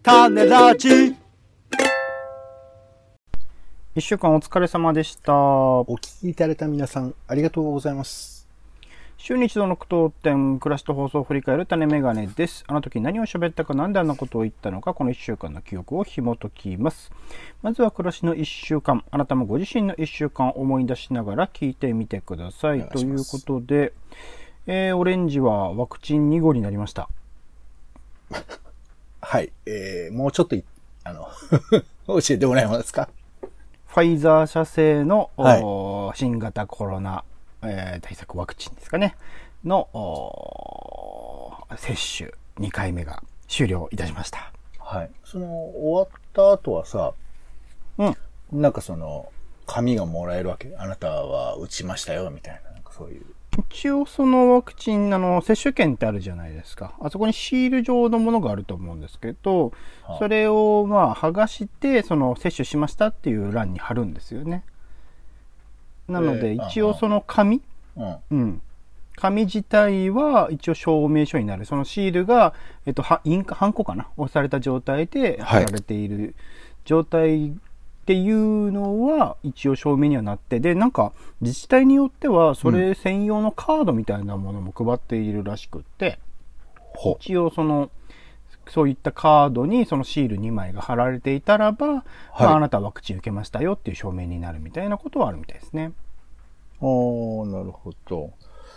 種ラジ。 一週間お疲れ様でした。 お聞きいただいた皆さん、ありがとうございます。 週に一度の句読点、暮らしと放送を振り返る種メガネです。あの時何を喋ったか、なんであんなことを言ったのか、この一週間の記憶を紐解きます。まずは暮らしの一週間、あなたもご自身の一週間を思い出しながら聞いてみてください。ということで、オレンジはワクチン2号になりました。 はい、もうちょっと教えてもらえますか。 ファイザー社製の、 はい、 新型コロナ、対策ワクチンですかねの接種2回目が終了いたしました。 はい。終わった後はさ、なんか紙がもらえるわけ。あなたは打ちましたよみたいな、なんかそういう。 一応そのワクチン接種券ってあるじゃないですか。あそこにシール状のものがあると思うんですけど、それを剥がして接種しましたっていう欄に貼るんですよね。なので一応その紙、紙自体は一応証明書になる。そのシールがハンコかな押された状態で貼られている状態っていうのは一応証明にはなって、でなんか自治体によってはそれ専用のカードみたいなものも配っているらしくって、一応そういったカードにそのシール2枚が貼られていたらば、あなたはワクチン受けましたよっていう証明になるみたいなことはあるみたいですね。 なるほど。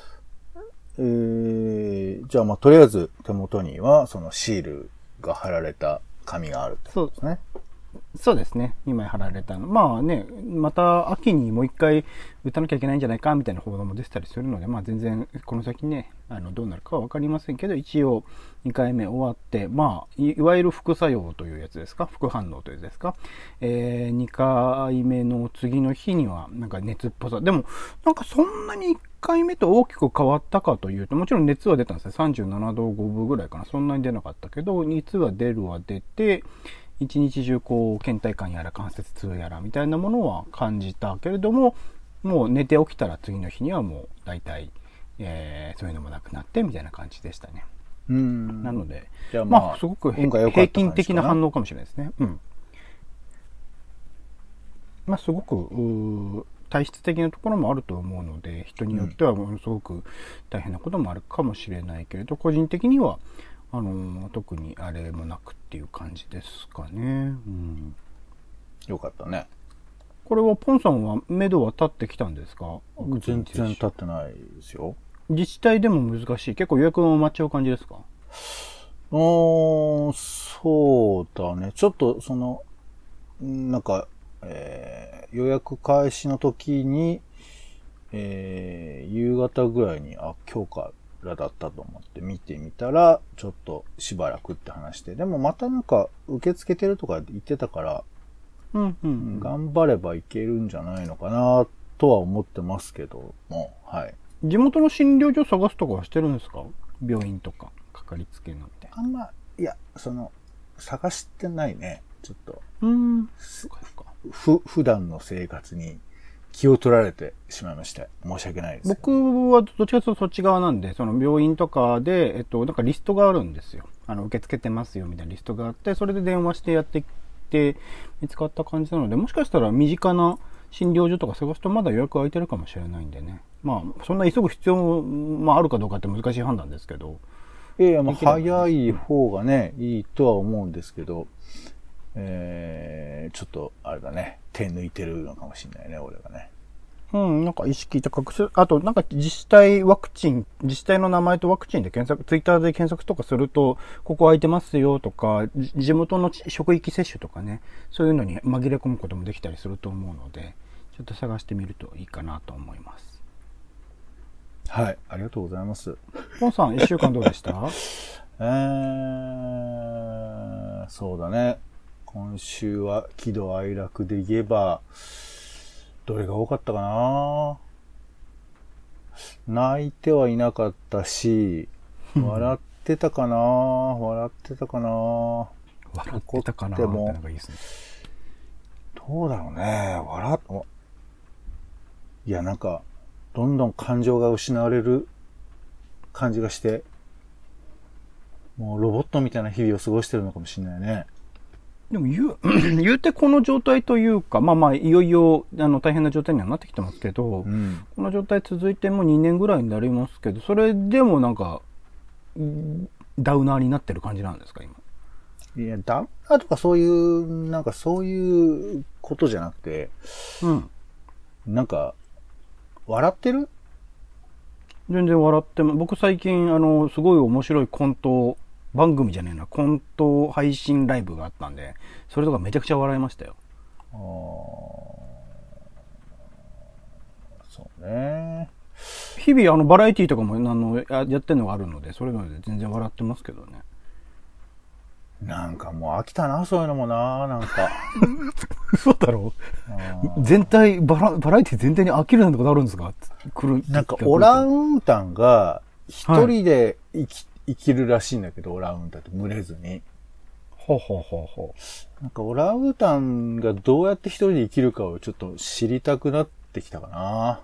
じゃあとりあえず手元にはそのシールが貼られた紙があるってことですね。 そうですね。2枚貼られたの。また秋にもう一回打たなきゃいけないんじゃないかみたいな報道も出てたりするので、全然この先ね、どうなるかはわかりませんけど、一応2回目終わって、いわゆる副作用というやつですか、副反応というやつですか、2回目の次の日にはなんか熱っぽさ。でも、なんかそんなに1回目と大きく変わったかというと、もちろん熱は出たんですね。37度5分ぐらいかな。そんなに出なかったけど、熱は出て、一日中倦怠感やら関節痛やらみたいなものは感じたけれども、もう寝て起きたら次の日にはもう大体、そういうのもなくなってみたいな感じでしたね。なので、すごく平均的な反応かもしれないですね。すごく体質的なところもあると思うので、人によってはものすごく大変なこともあるかもしれないけれど、個人的には特にあれもなくっていう感じですかね。 よかったね。 これはポンさんは目処は立ってきたんですか？ 全然立ってないですよ。 自治体でも難しい。結構予約も待っちゃう感じですか？ そうだね。ちょっとなんか、予約開始の時に、夕方ぐらいに、今日からだったと思って見てみたら、ちょっとしばらくって話で。でもまたなんか受け付けてるとか言ってたから、頑張ればいけるんじゃないのかなとは思ってますけども、はい。 地元の診療所探すとかはしてるんですか？病院とか、かかりつけのみたいな。 いや、探してないね。ちょっと。普段の生活に気を取られてしまいまして、申し訳ないです。 僕はどっちかというとそっち側なんで、その病院とかで、なんかリストがあるんですよ。受け付けてますよみたいなリストがあって、それで電話してやってきて見つかった感じなので、もしかしたら身近な診療所とか探すとまだ予約空いてるかもしれないんでね。そんな急ぐ必要もあるかどうかって難しい判断ですけど。 いやいや、早い方がね、いいとは思うんですけど、ちょっと、あれだね、手抜いてるのかもしれないね、俺がね。 なんか意識高くする。あと、なんか自治体の名前とワクチンでツイッターで検索とかすると、ここ空いてますよとか、地元の職域接種とかね、そういうのに紛れ込むこともできたりすると思うので、ちょっと探してみるといいかなと思います。 はい、ありがとうございます。 ポンさん、1週間どうでした？ そうだね。今週は喜怒哀楽で言えば、どれが多かったかな。泣いてはいなかったし、笑ってたかな。 笑ってたかなってのがいいですね。 どうだろうね。いや、なんか、どんどん感情が失われる感じがして、もうロボットみたいな日々を過ごしてるのかもしれないね。 でも言うてこの状態というか、まあまあ、いよいよ、大変な状態にはなってきてますけど、 うん、 この状態続いてもう2年ぐらいになりますけど、それでもなんか、ダウナーになってる感じなんですか、今。 いや、ダウナーとかそういう、なんかそういうことじゃなくて、 うん。 なんか、笑ってる？ 全然笑っても、僕最近、すごい面白いコント、番組じゃねえな、コント配信ライブがあったんで、それとかめちゃくちゃ笑いましたよ。 あー、そうね。 日々、バラエティとかも、やってるのがあるので、それなので全然笑ってますけどね。 なんかもう飽きたな、そういうのもな、なんか。 嘘だろ？全体、バラエティ全体に飽きるなんてことあるんですか？ なんかオランウータンが一人で生きるらしいんだけど、オランウータンって群れずに。 ほうほうほうほう。なんかオランウータンがどうやって一人で生きるかをちょっと知りたくなってきたかな。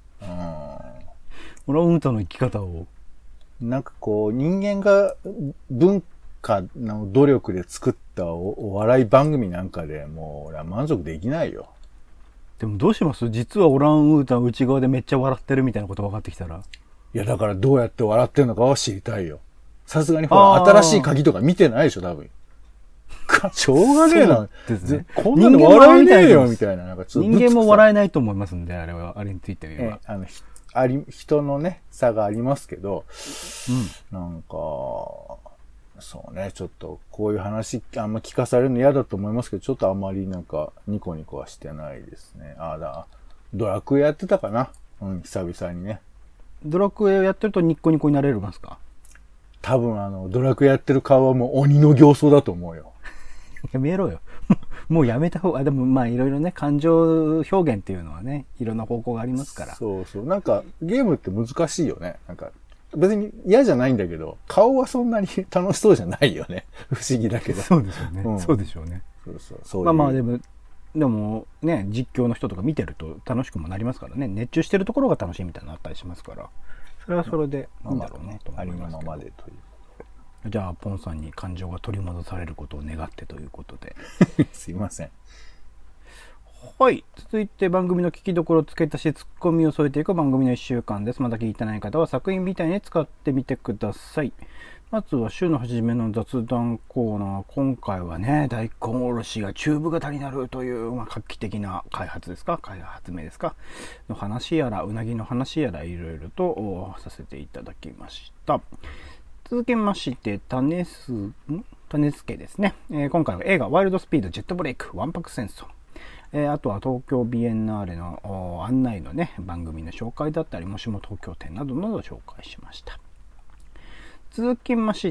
オランウータンの生き方を。 なんかこう、人間が文化の努力で作ったお笑い番組なんかでもう俺は満足できないよ。 でもどうします？実はオランウータン内側でめっちゃ笑ってるみたいなこと分かってきたら。 いやだからどうやって笑ってるのかは知りたいよ。さすがにほら、新しい鍵とか見てないでしょ、多分。しょうがねえな。 ね、 こんなの笑えねえよ、みたいな。なんかちょっと人間も笑えないと思いますんで、あれについて言えば。 人のね、差がありますけど、 うん、 なんか、そうね、ちょっとこういう話あんま聞かされるの嫌だと思いますけど、ちょっとあんまりなんかニコニコはしてないですね。ドラクエやってたかな？うん、久々にね。 ドラクエやってるとニッコニコになれるますか？ 多分ドラクエやってる顔はもう鬼の形相だと思うよ。 やめろよ。もうやめた方が、でもまあいろいろね、感情表現っていうのはね、いろんな方向がありますから。 そうそう。なんかゲームって難しいよね。なんか別に嫌じゃないんだけど、顔はそんなに楽しそうじゃないよね。不思議だけど。 そうでしょうね。 うん、 そうでしょうね。 そうまあまあでもね、実況の人とか見てると楽しくもなりますからね。熱中してるところが楽しいみたいなのあったりしますから。それはそれでいいんだろうなと思いますけど。ありのままでという。じゃあ、ポンさんに感情が取り戻されることを願ってということで。 すいません。 はい。続いて番組の聞きどころ付け足しツッコミを添えていく番組の1週間です。まだ聞いてない方は作品みたいに使ってみてください。まずは週の初めの雑談コーナー。今回はね、大根おろしがチューブ型になるという、画期的な開発ですか？開発名ですか？の話やら、うなぎの話やら、いろいろとさせていただきました。続きまして、種付けですね。今回は映画ワイルドスピードジェットブレイク、わんぱく戦争。あとは東京ビエンナーレの案内のね、番組の紹介だったり、もしも東京店などなど紹介しました。続きまして、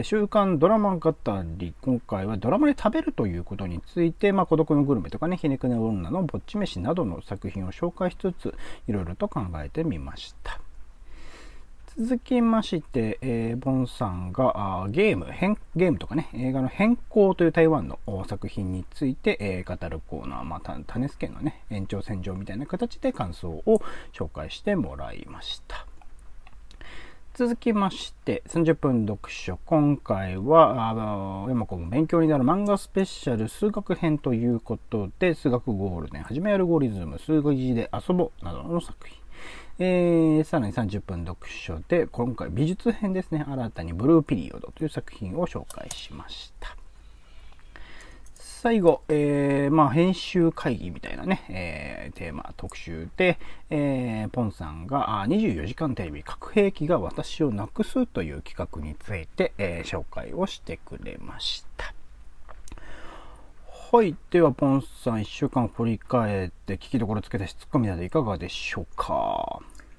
週刊ドラマ語り。今回はドラマで食べるということについて、孤独のグルメとかね、ひねくね女のぼっち飯などの作品を紹介しつつ、いろいろと考えてみました。続きまして、ボンさんがゲームとかね、映画の変更という台湾の作品について、語るコーナー、種付けのね、延長線上みたいな形で感想を紹介してもらいました。続きまして30分読書。今回は山子も勉強になる漫画スペシャル数学編ということで、数学ゴールデン、はじめアルゴリズム、数学で遊ぼうなどの作品。さらに30分読書で今回美術編ですね。新たにブルーピリオドという作品を紹介しました。最後、編集会議みたいなね、テーマ特集で、ポンさんが24時間テレビ核兵器が私をなくすという企画について、紹介をしてくれました。はい。では、ポンさん1週間振り返って聞きどころつけたしツッコミなどいかがでしょうか？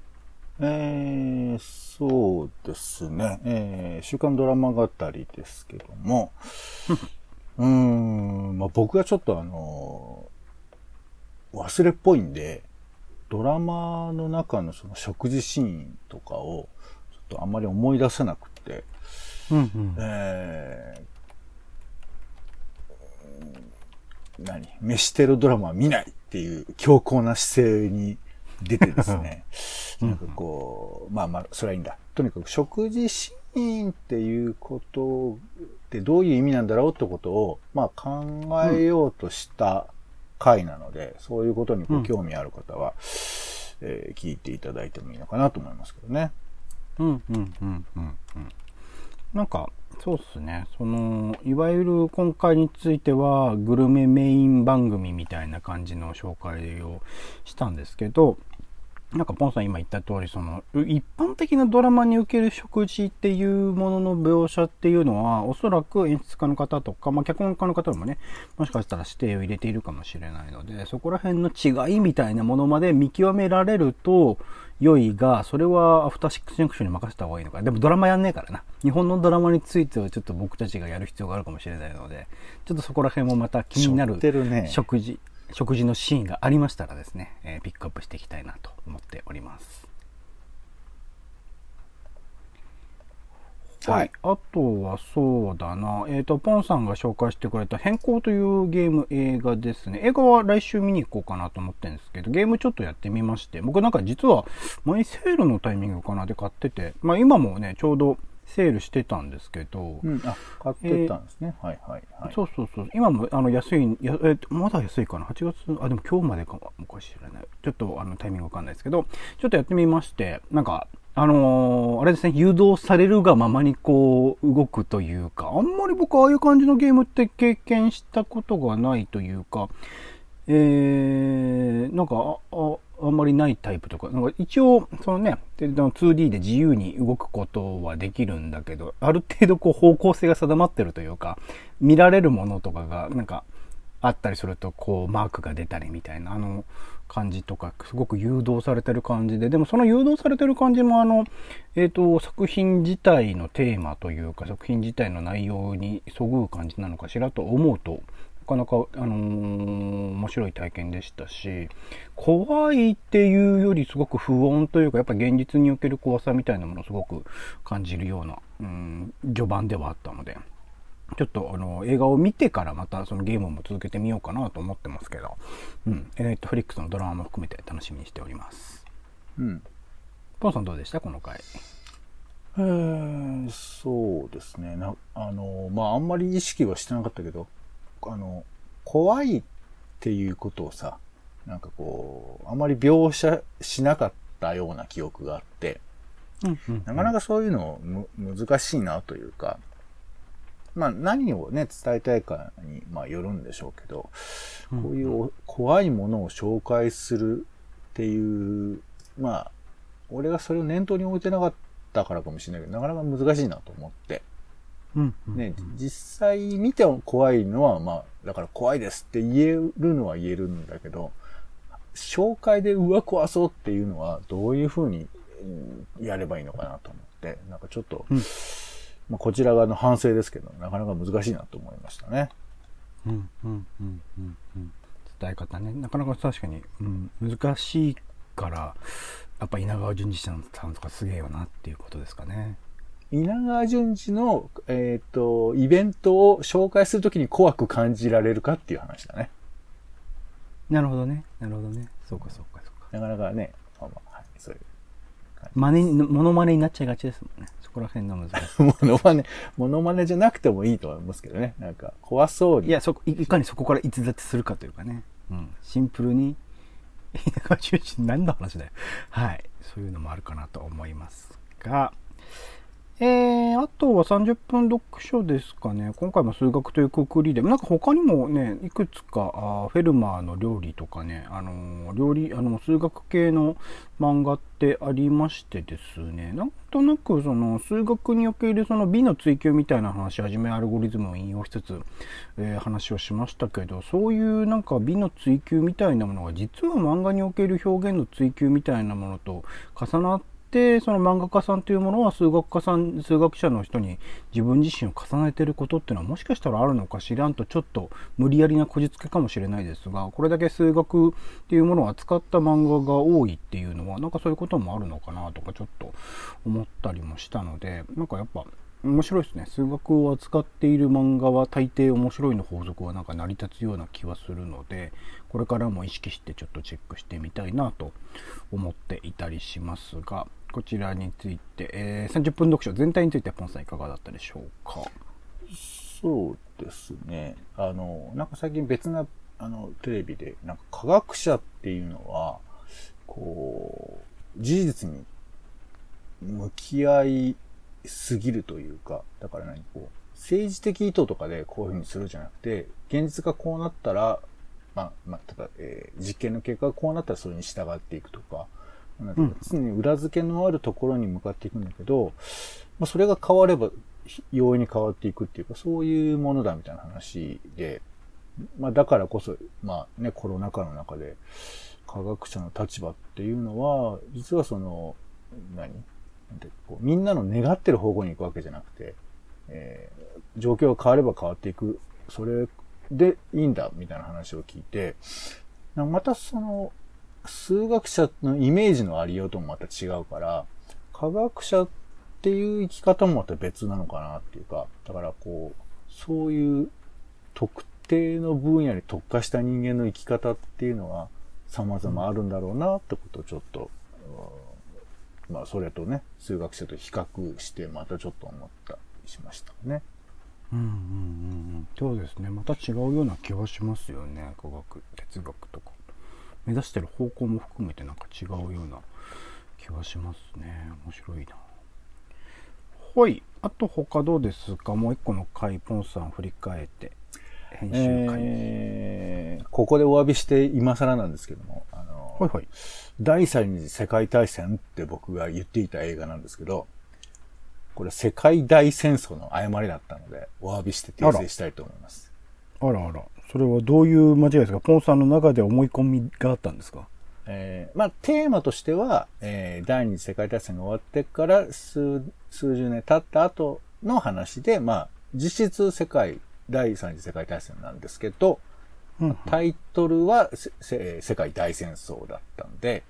そうですね。週刊ドラマ語りですけども、僕がちょっと忘れっぽいんで、ドラマの中のその食事シーンとかをちょっとあんまり思い出せなくて、飯テロドラマは見ないっていう強硬な姿勢に出てですね、なんかこう、それはいいんだ。とにかく食事シーンっていうことってどういう意味なんだろうってことを、まあ考えようとした回なので、そういうことにご興味ある方は、聞いていただいてもいいのかなと思いますけどね。 なんか、そうっすね。いわゆる今回については、グルメメイン番組みたいな感じの紹介をしたんですけど、なんかポンさん今言った通り、一般的なドラマにおける食事っていうものの描写っていうのは、おそらく演出家の方とか、まあ脚本家の方もね、もしかしたら指定を入れているかもしれないので、そこら辺の違いみたいなものまで見極められると良いが、それはアフターシックスジャンクションに任せた方がいいのか。でもドラマやんねえからな。日本のドラマについてはちょっと僕たちがやる必要があるかもしれないので、ちょっとそこら辺もまた気になる食事のシーンがありましたらですね、ピックアップしていきたいなと思っております。はい。あとはそうだな。ポンさんが紹介してくれた変更というゲーム映画ですね。映画は来週見に行こうかなと思ってるんですけど、ゲームちょっとやってみまして、僕なんか実は前セールのタイミングかなで買ってて、まあ今もね、ちょうどセールしてたんですけど、 買ってたんですね。 そう。今も安い、まだ安いかな。8月、でも今日までかもしれない。ちょっとタイミングわかんないですけど、ちょっとやってみまして、なんか、あれですね、誘導されるがままにこう動くというか、あんまり僕ああいう感じのゲームって経験したことがないというか、なんかあんまりないタイプとか、なんか一応2D で自由に動くことはできるんだけど、ある程度こう方向性が定まってるというか、見られるものとかがなんかあったりするとこうマークが出たりみたいな感じとか、すごく誘導されてる感じで、でもその誘導されてる感じも作品自体のテーマというか、作品自体の内容にそぐう感じなのかしらと思うと、なかなか、面白い体験でしたし、怖いっていうよりすごく不穏というか、やっぱ現実における怖さみたいなものをすごく感じるような、序盤ではあったので、ちょっと映画を見てからまたそのゲームも続けてみようかなと思ってますけど、Netflix のドラマも含めて楽しみにしております。ポンさんどうでしたこの回？ そうですね。あんまり意識はしてなかったけど、怖いっていうことをさ、なんかこう、あまり描写しなかったような記憶があって、なかなかそういうの難しいなというか、まあ何をね、伝えたいかに、まあよるんでしょうけど、こういう怖いものを紹介するっていう、まあ、俺がそれを念頭に置いてなかったからかもしれないけど、なかなか難しいなと思って。ね、実際見て怖いのは、まあ、だから怖いですって言えるのは言えるんだけど、紹介で怖そうっていうのはどういう風にやればいいのかなと思って、なんかちょっと、まあ、こちら側の反省ですけど、なかなか難しいなと思いましたね。 伝え方ね、なかなか確かに、難しいから、やっぱ稲川淳二さんとかすげえよなっていうことですかね。 稲川淳二の、イベントを紹介するときに怖く感じられるかっていう話だね。 なるほどね。そうか。 なかなかね、そういう。 モノマネになっちゃいがちですもんね。そこら辺の難しい。 モノマネじゃなくてもいいと思いますけどね。なんか、怖そうに。 いや、いかにそこから逸脱するかというかね。シンプルに、稲川淳二何の話だよ。はい。そういうのもあるかなと思いますが、あとは30分読書ですかね。今回も数学というくくりで、なんか他にもね、いくつか、フェルマーの料理とかね、数学系の漫画ってありましてですね、なんとなく数学における美の追求みたいな話、はじめアルゴリズムを引用しつつ、話をしましたけど、そういうなんか美の追求みたいなものが実は漫画における表現の追求みたいなものと重なってで、その漫画家さんというものは数学者の人に自分自身を重ねていることっていうのはもしかしたらあるのか知らんと、ちょっと無理やりなこじつけかもしれないですが、これだけ数学っていうものを扱った漫画が多いっていうのはなんかそういうこともあるのかなとかちょっと思ったりもしたので、なんかやっぱ面白いですね。数学を扱っている漫画は大抵面白いの法則はなんか成り立つような気はするので、これからも意識してちょっとチェックしてみたいなと思っていたりしますが、こちらについて、30分読書全体についてポンさんいかがだったでしょうか？ そうですね。なんか最近別な、テレビで、なんか科学者っていうのは、こう、事実に向き合いすぎるというか、だから政治的意図とかでこういうふうにするじゃなくて、現実がこうなったら、例えば、実験の結果がこうなったらそれに従っていくとか、常に裏付けのあるところに向かっていくんだけど、それが変われば容易に変わっていくっていうか、そういうものだみたいな話で、だからこそ、コロナ禍の中で科学者の立場っていうのは、実はみんなの願ってる方向に行くわけじゃなくて、状況が変われば変わっていく、それでいいんだみたいな話を聞いて、また数学者のイメージのありようともまた違うから、科学者っていう生き方もまた別なのかなっていうか、だからそういう特定の分野に特化した人間の生き方っていうのは様々あるんだろうなってことをちょっと、それとね、数学者と比較してまたちょっと思ったりしましたね。 そうですね。また違うような気はしますよね。科学、哲学とか。目指してる方向も含めてなんか違うような気はしますね。面白いな。はい。あと他どうですか？もう一個の回、ポンさん振り返って。編集会、 ここでお詫びして今更なんですけども、第三次世界大戦って僕が言っていた映画なんですけど、これ世界大戦争の誤りだったので、お詫びして訂正したいと思います。 あら。それはどういう間違いですか？ポンさんの中で思い込みがあったんですか？ テーマとしては、第二次世界大戦が終わってから数十年経った後の話で、実質第三次世界大戦なんですけど、タイトルは世界大戦争だったんで、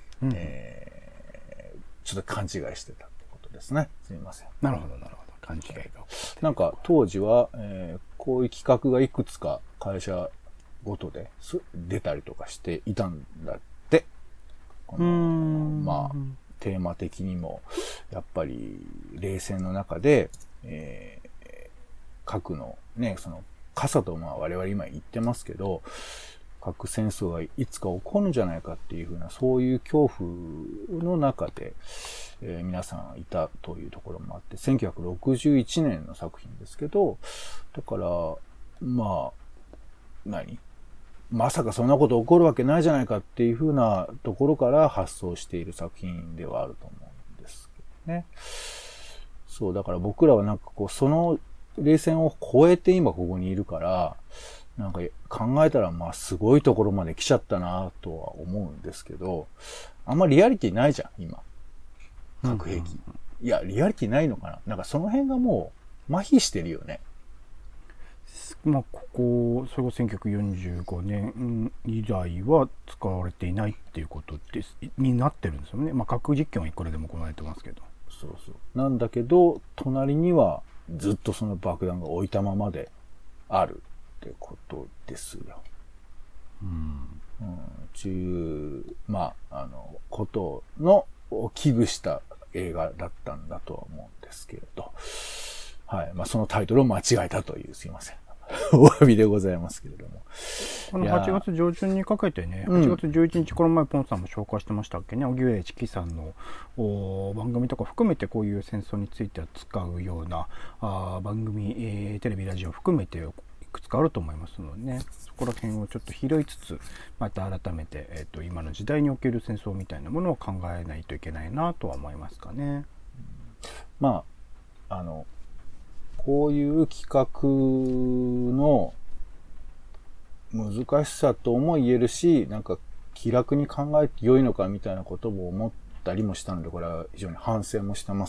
ちょっと勘違いしてたってことですね。すみません。 なるほど。勘違いが。 なんか当時は、こういう企画がいくつか会社ごとで出たりとかしていたんだって。テーマ的にも、やっぱり冷戦の中で、核のね、傘と我々今言ってますけど、核戦争がいつか起こるんじゃないかっていうふうな、そういう恐怖の中で、皆さんいたというところもあって、1961年の作品ですけど、だから、まさかそんなこと起こるわけないじゃないかっていうふうなところから発想している作品ではあると思うんですけどね。そう、だから僕らはその冷戦を超えて今ここにいるから、考えたらすごいところまで来ちゃったなとは思うんですけど、あんまリアリティないじゃん、今。核兵器。いや、リアリティないのかな？その辺がもう麻痺してるよね。 それこ1945年以来は使われていないっていうことになってるんですよね。核実験はいくらでも行われてますけど。 そう。なんだけど、隣にはずっとその爆弾が置いたままであるってことですよ。ことを危惧した映画だったんだとは思うんですけれど。はい。そのタイトルを間違えたという、すいません。お詫びでございますけれども。 8月上旬にかけてね、8月11日、この前ポンさんも紹介してましたっけね、荻上チキさんの番組とか含めてこういう戦争については使うような番組、テレビ、ラジオ含めていくつかあると思いますのでね、そこら辺をちょっと拾いつつ、また改めて、今の時代における戦争みたいなものを考えないといけないなとは思いますかね。 こういう企画の難しさとも言えるし、気楽に考えて良いのかみたいなことも思ったりもしたので、これは非常に反省もしてます。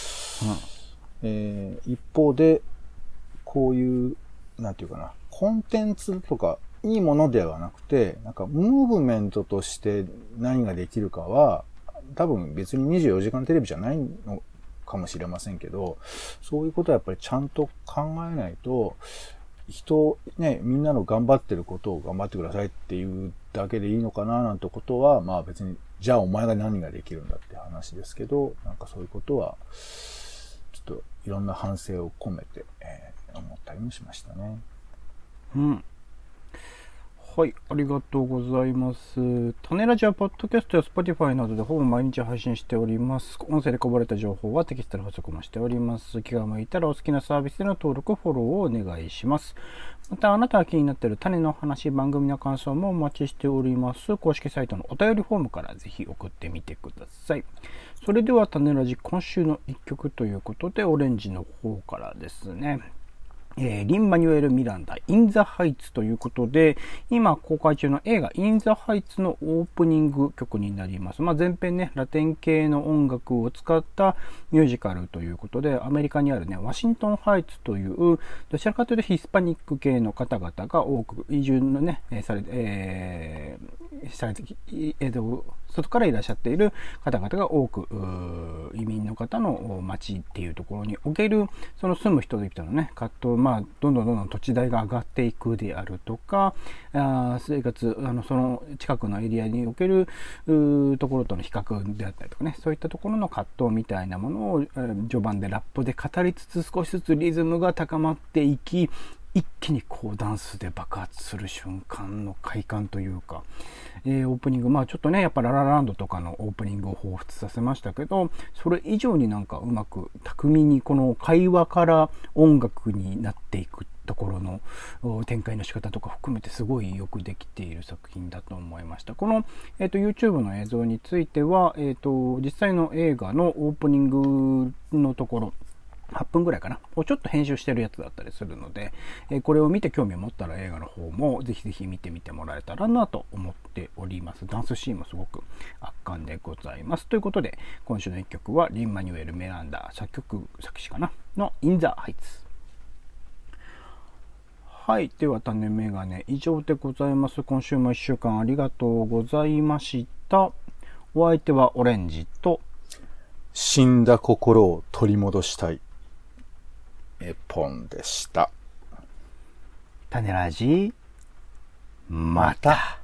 一方で、こういう、コンテンツとかいいものではなくて、ムーブメントとして何ができるかは、多分別に24時間テレビじゃないのかもしれませんけど、そういうことはやっぱりちゃんと考えないと、みんなの頑張ってることを頑張ってくださいっていうだけでいいのかななんてことは、別に、じゃあお前が何ができるんだって話ですけど、そういうことは、ちょっといろんな反省を込めて、 思ったりもしましたね。 うん。はい、ありがとうございます。種ラジはポッドキャストや Spotify などでほぼ毎日配信しております。音声でこぼれた情報はテキストで補足もしております。気が向いたらお好きなサービスでの登録、フォローをお願いします。また、あなたが気になっている種の話、番組の感想もお待ちしております。公式サイトのお便りフォームからぜひ送ってみてください。それでは種ラジ今週の1曲ということで、オレンジの方からですね。リン・マニュエル・ミランダ、イン・ザ・ハイツということで、今公開中の映画イン・ザ・ハイツのオープニング曲になります。前編ね、ラテン系の音楽を使ったミュージカルということで、アメリカにあるね、ワシントン・ハイツという、どちらかというとヒスパニック系の方々が多く移住のね、外からいらっしゃっている方々が多く、移民の方の街っていうところにおける、その住む人々のね、葛藤、どんどん土地代が上がっていくであるとか、生活、その近くのエリアにおけるところとの比較であったりとかね、そういったところの葛藤みたいなものを、序盤でラップで語りつつ少しずつリズムが高まっていき、一気にこうダンスで爆発する瞬間の快感というか、オープニング、ちょっとね、やっぱララランドとかのオープニングを彷彿させましたけど、それ以上になんかうまく巧みにこの会話から音楽になっていくところの展開の仕方とか含めてすごいよくできている作品だと思いました。この、YouTube の映像については、実際の映画のオープニングのところ、8分ぐらいかなをちょっと編集してるやつだったりするので、これを見て興味を持ったら映画の方もぜひぜひ見てみてもらえたらなと思っております。ダンスシーンもすごく圧巻でございます。ということで、今週の1曲はリン・マニュエル・ミランダ作詞かなのイン・ザ・ハイツ。はい。では、種メガネ以上でございます。今週も1週間ありがとうございました。お相手はオレンジと死んだ心を取り戻したいポンでした。 種ラジまた。